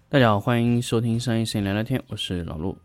大家好，欢迎收听商业摄影聊聊天，我是老陆。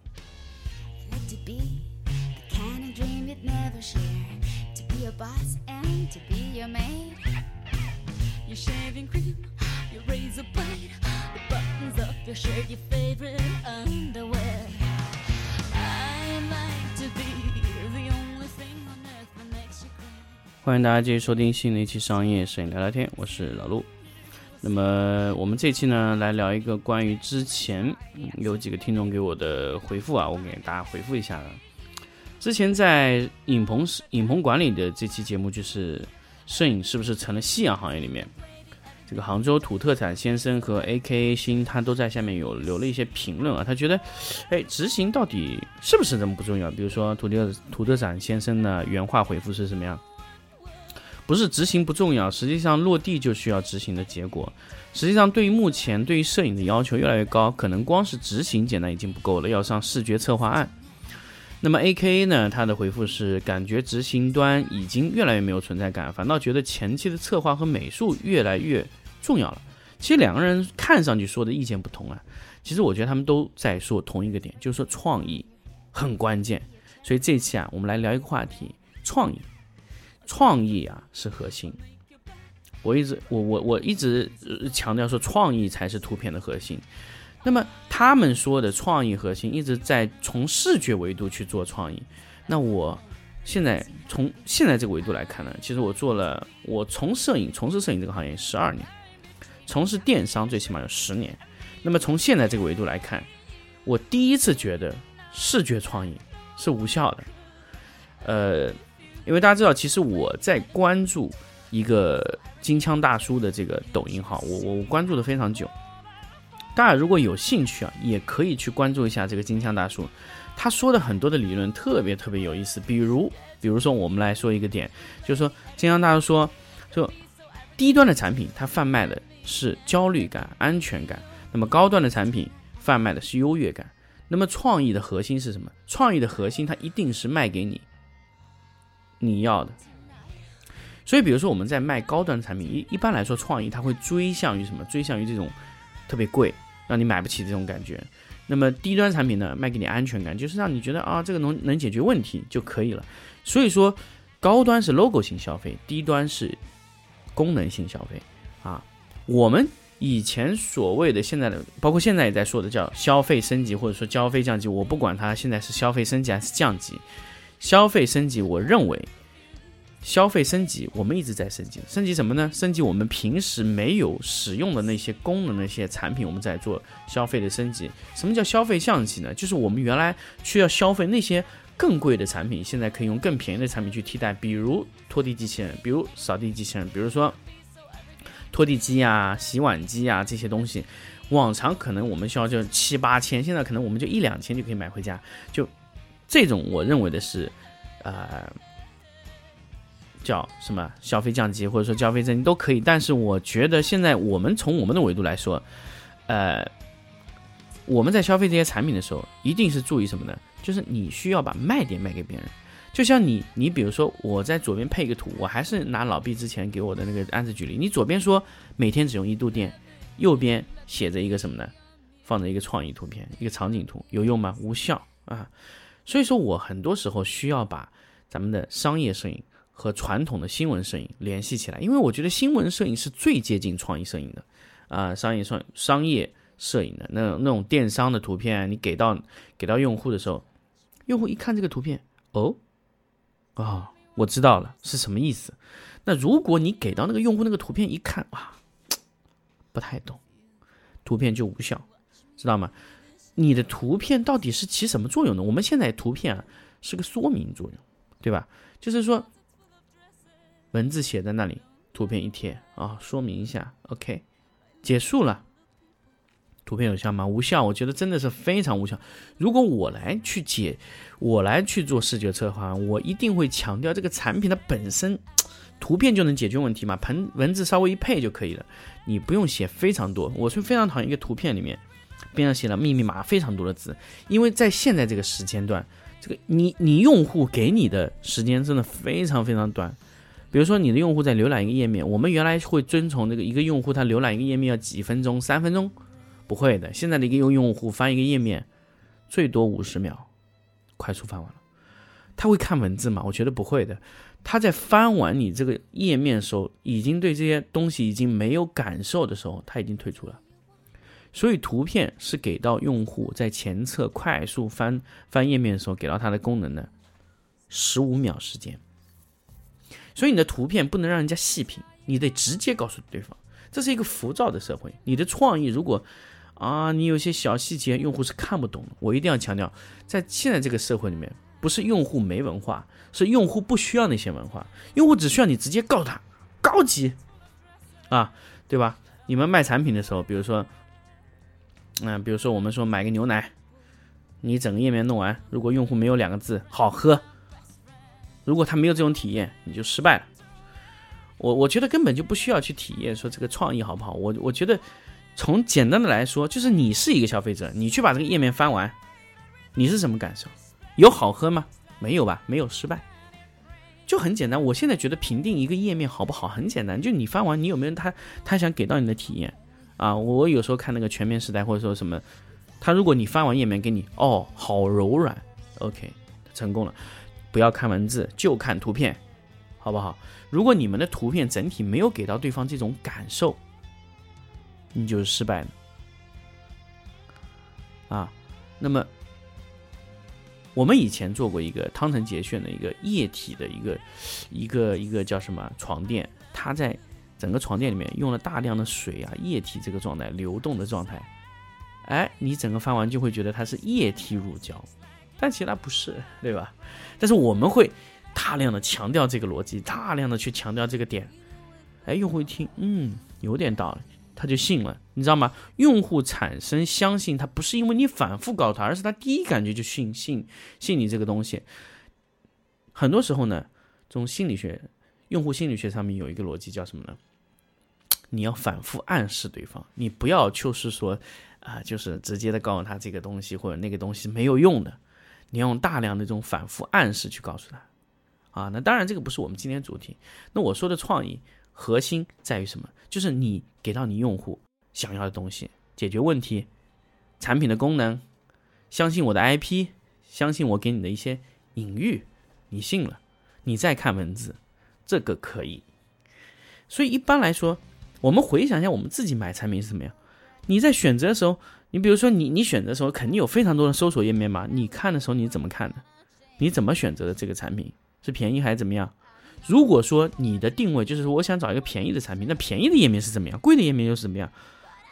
欢迎大家继续收听新的一期商业摄影聊聊天，我是老陆。那么我们这期呢，来聊一个关于之前有几个听众给我的回复啊，我给大家回复一下。之前在影棚管理的这期节目，就是摄影是不是成了夕阳行业里面，这个杭州土特产先生和 AKA 星他都在下面有留了一些评论啊，他觉得执行到底是不是这么不重要？比如说土特产先生的原话回复是什么样？不是执行不重要，实际上落地就需要执行的结果。实际上对于目前对于摄影的要求越来越高，可能光是执行简单已经不够了，要上视觉策划案。那么 AKA 呢，他的回复是感觉执行端已经越来越没有存在感，反倒觉得前期的策划和美术越来越重要了。其实两个人看上去说的意见不同啊，其实我觉得他们都在说同一个点，就是说创意很关键。所以这期啊，我们来聊一个话题，创意啊是核心。我一直强调说创意才是图片的核心。那么他们说的创意核心一直在从视觉维度去做创意。那我现在从现在这个维度来看呢，其实我从事摄影这个行业12年，从事电商最起码有10年。那么从现在这个维度来看，我第一次觉得视觉创意是无效的。因为大家知道，其实我在关注一个金枪大叔的这个抖音号，我关注的非常久。大家如果有兴趣啊，也可以去关注一下这个金枪大叔。他说的很多的理论特别特别有意思。比如说，我们来说一个点，就是说金枪大叔说低端的产品它贩卖的是焦虑感、安全感，那么高端的产品贩卖的是优越感。那么创意的核心是什么？创意的核心它一定是卖给你要的。所以比如说我们在卖高端产品，一般来说创意它会追向于什么？追向于这种特别贵，让你买不起这种感觉。那么低端产品呢，卖给你安全感，就是让你觉得啊，这个能解决问题就可以了。所以说高端是 logo 型消费，低端是功能性消费啊。我们以前所谓的现在的，包括现在也在说的叫消费升级，或者说消费降级，我不管它现在是消费升级还是降级。消费升级，我认为消费升级我们一直在升级。升级什么呢？升级我们平时没有使用的那些功能的那些产品，我们在做消费的升级。什么叫消费降级呢？就是我们原来需要消费那些更贵的产品，现在可以用更便宜的产品去替代，比如拖地机器人，比如扫地机器人，比如说拖地机啊、洗碗机啊这些东西。往常可能我们需要就7、8千，现在可能我们就1、2千就可以买回家。就这种我认为的是叫什么消费降级，或者说消费升级都可以。但是我觉得现在我们从我们的维度来说，我们在消费这些产品的时候，一定是注意什么呢？就是你需要把卖点卖给别人。就像你比如说我在左边配一个图，我还是拿老毕之前给我的那个案子举例，你左边说每天只用1度电，右边写着一个什么呢？放着一个创意图片，一个场景图，有用吗？无效啊。所以说我很多时候需要把咱们的商业摄影和传统的新闻摄影联系起来，因为我觉得新闻摄影是最接近创意摄影的商业摄影的那种电商的图片，你给到用户的时候，用户一看这个图片，我知道了是什么意思。那如果你给到那个用户那个图片一看，不太懂，图片就无效，知道吗？你的图片到底是起什么作用呢？我们现在图片是个说明作用，对吧？就是说文字写在那里，图片一贴说明一下 OK 结束了。图片有效吗？无效，我觉得真的是非常无效。如果我来去做视觉策划，我一定会强调这个产品的本身，图片就能解决问题嘛，文字稍微一配就可以了，你不用写非常多。我是非常讨厌一个图片里面边上写了密密麻麻非常多的字，因为在现在这个时间段，这个你用户给你的时间真的非常非常短。比如说你的用户在浏览一个页面，我们原来会遵从这个一个用户他浏览一个页面要几分钟，3分钟， 不会的，现在的一个用户翻一个页面最多50秒快速翻完了。他会看文字吗？我觉得不会的。他在翻完你这个页面的时候，已经对这些东西已经没有感受的时候，他已经退出了。所以图片是给到用户在前侧快速翻页面的时候给到它的功能的15秒时间。所以你的图片不能让人家细品，你得直接告诉对方。这是一个浮躁的社会，你的创意如果你有些小细节用户是看不懂的。我一定要强调，在现在这个社会里面，不是用户没文化，是用户不需要那些文化，用户只需要你直接告诉他高级对吧？你们卖产品的时候，比如说我们说买个牛奶，你整个页面弄完，如果用户没有2个字好喝，如果他没有这种体验，你就失败了。我觉得根本就不需要去体验说这个创意好不好。我觉得从简单的来说，就是你是一个消费者，你去把这个页面翻完，你是什么感受？有好喝吗？没有吧，没有，失败。就很简单。我现在觉得评定一个页面好不好很简单，就你翻完，你有没有他想给到你的体验我有时候看那个全面时代或者说什么，他如果你翻完页面给你好柔软 ，OK， 成功了。不要看文字，就看图片，好不好？如果你们的图片整体没有给到对方这种感受，你就是失败了那么我们以前做过一个汤臣节炫的一个液体的一个叫什么床垫，它在整个床垫里面用了大量的水液体这个状态，流动的状态，你整个翻完就会觉得它是液体乳胶，但其实它不是，对吧？但是我们会大量的强调这个逻辑，大量的去强调这个点，用户一听，有点道理，他就信了，你知道吗？用户产生相信，他不是因为你反复告诉他，而是他第一感觉就信你这个东西。很多时候呢，这种心理学，用户心理学上面有一个逻辑叫什么呢？你要反复暗示对方，你不要就是说就是直接的告诉他这个东西或者那个东西没有用的，你要用大量的这种反复暗示去告诉他那当然这个不是我们今天主题。那我说的创意核心在于什么？就是你给到你用户想要的东西，解决问题，产品的功能，相信我的 IP， 相信我给你的一些隐喻，你信了，你再看文字，这个可以。所以一般来说，我们回想一下我们自己买产品是什么样。你在选择的时候，你比如说你选择的时候肯定有非常多的搜索页面嘛，你看的时候你怎么看的？你怎么选择的这个产品？是便宜还是怎么样？如果说你的定位就是说我想找一个便宜的产品，那便宜的页面是怎么样？贵的页面又是怎么样？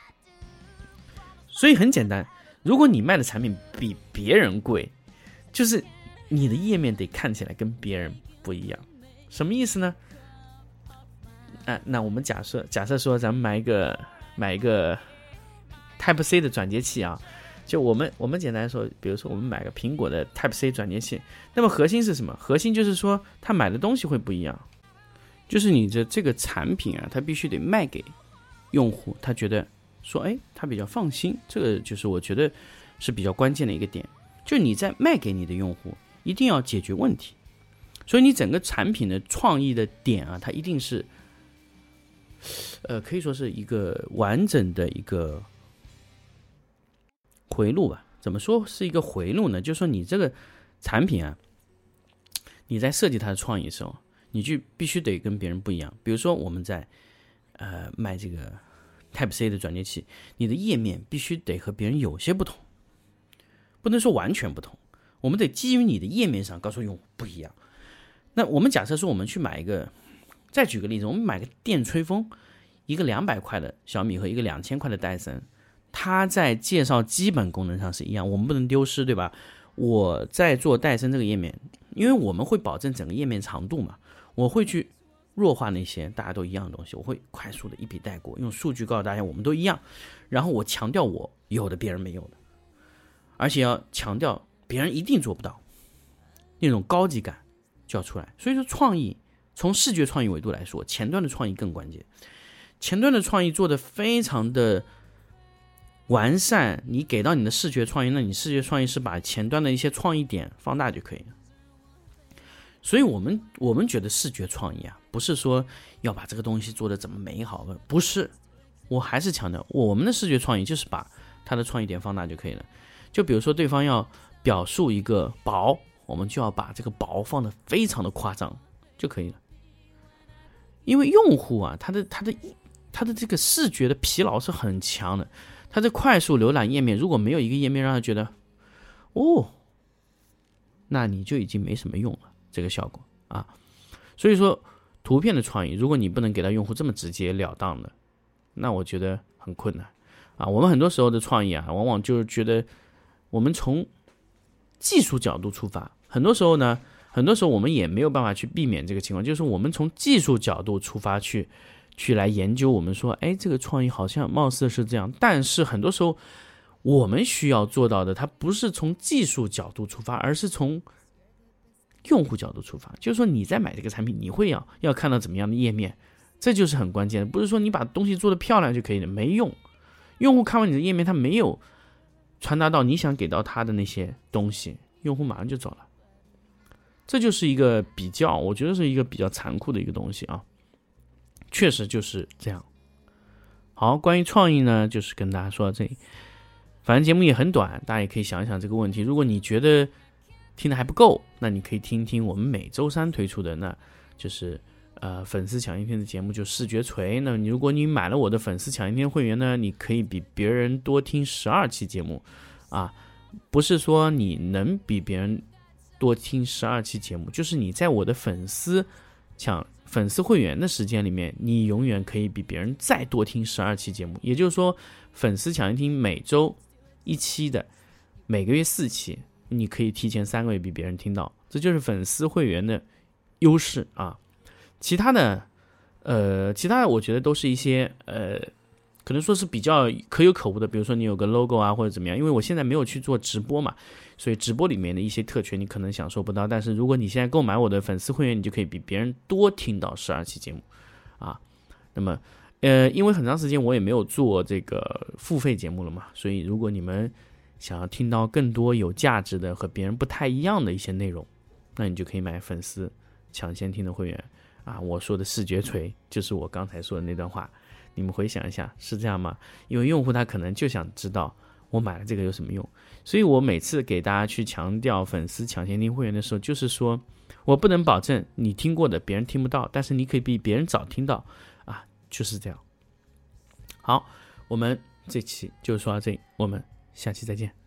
所以很简单，如果你卖的产品比别人贵，就是你的页面得看起来跟别人不一样。什么意思呢？那我们假设说咱们买一个 Type C 的转接器就我们简单说，比如说我们买个苹果的 Type C 转接器，那么核心是什么？核心就是说他买的东西会不一样，就是你的这个产品他必须得卖给用户，他觉得说他比较放心，这个就是我觉得是比较关键的一个点。就你在卖给你的用户，一定要解决问题，所以你整个产品的创意的点它一定是可以说是一个完整的一个回路吧。怎么说是一个回路呢？就是说你这个产品你在设计它的创意的时候，你就必须得跟别人不一样。比如说我们在卖这个 Type C 的转接器，你的页面必须得和别人有些不同，不能说完全不同，我们得基于你的页面上告诉用户不一样。那我们假设说我们去买一个，再举个例子，我们买个电吹风，一个200块的小米和一个2000块的戴森，它在介绍基本功能上是一样，我们不能丢失，对吧？我在做戴森这个页面，因为我们会保证整个页面长度嘛，我会去弱化那些大家都一样的东西，我会快速的一笔带过，用数据告诉大家我们都一样，然后我强调我有的别人没有的，而且要强调别人一定做不到，那种高级感就要出来。所以说创意，从视觉创意维度来说，前端的创意更关键。前端的创意做得非常的完善，你给到你的视觉创意，那你视觉创意是把前端的一些创意点放大就可以了。所以我们觉得视觉创意不是说要把这个东西做得怎么美好，不是，我还是强调我们的视觉创意就是把他的创意点放大就可以了。就比如说对方要表述一个薄，我们就要把这个薄放得非常的夸张就可以了。因为用户啊，他的这个视觉的疲劳是很强的，他在快速浏览页面，如果没有一个页面让他觉得那你就已经没什么用了，这个效果啊。所以说图片的创意，如果你不能给到用户这么直截了当的，那我觉得很困难啊。我们很多时候的创意啊，往往就是觉得我们从技术角度出发，很多时候我们也没有办法去避免这个情况，就是我们从技术角度出发去来研究，我们说这个创意好像貌似是这样，但是很多时候我们需要做到的，它不是从技术角度出发，而是从用户角度出发。就是说你在买这个产品，你会要看到怎么样的页面，这就是很关键的。不是说你把东西做得漂亮就可以了，没用。用户看完你的页面，他没有传达到你想给到他的那些东西，用户马上就走了。这就是一个比较，我觉得是一个比较残酷的一个东西啊，确实就是这样。好，关于创意呢，就是跟大家说到这里。反正节目也很短，大家也可以想一想这个问题。如果你觉得听的还不够，那你可以听听我们每周三推出的，那就是粉丝抢一天的节目，就视觉锤。那如果你买了我的粉丝抢一天会员呢，你可以比别人多听12期节目啊，不是说你能比别人多听12期节目，就是你在我的粉丝会员的时间里面，你永远可以比别人再多听12期节目。也就是说，粉丝抢一听每周1期的，每个月4期，你可以提前3个月比别人听到，这就是粉丝会员的优势啊。其他的我觉得都是一些可能说是比较可有可无的，比如说你有个 logo 啊或者怎么样。因为我现在没有去做直播嘛，所以直播里面的一些特权你可能享受不到，但是如果你现在购买我的粉丝会员，你就可以比别人多听到12期节目啊。那么因为很长时间我也没有做这个付费节目了嘛，所以如果你们想要听到更多有价值的和别人不太一样的一些内容，那你就可以买粉丝抢先听的会员啊。我说的视觉锤就是我刚才说的那段话，你们回想一下，是这样吗？因为用户他可能就想知道我买了这个有什么用，所以我每次给大家去强调粉丝抢先听会员的时候，就是说我不能保证你听过的别人听不到，但是你可以比别人早听到啊，就是这样。好，我们这期就说到这里，我们下期再见。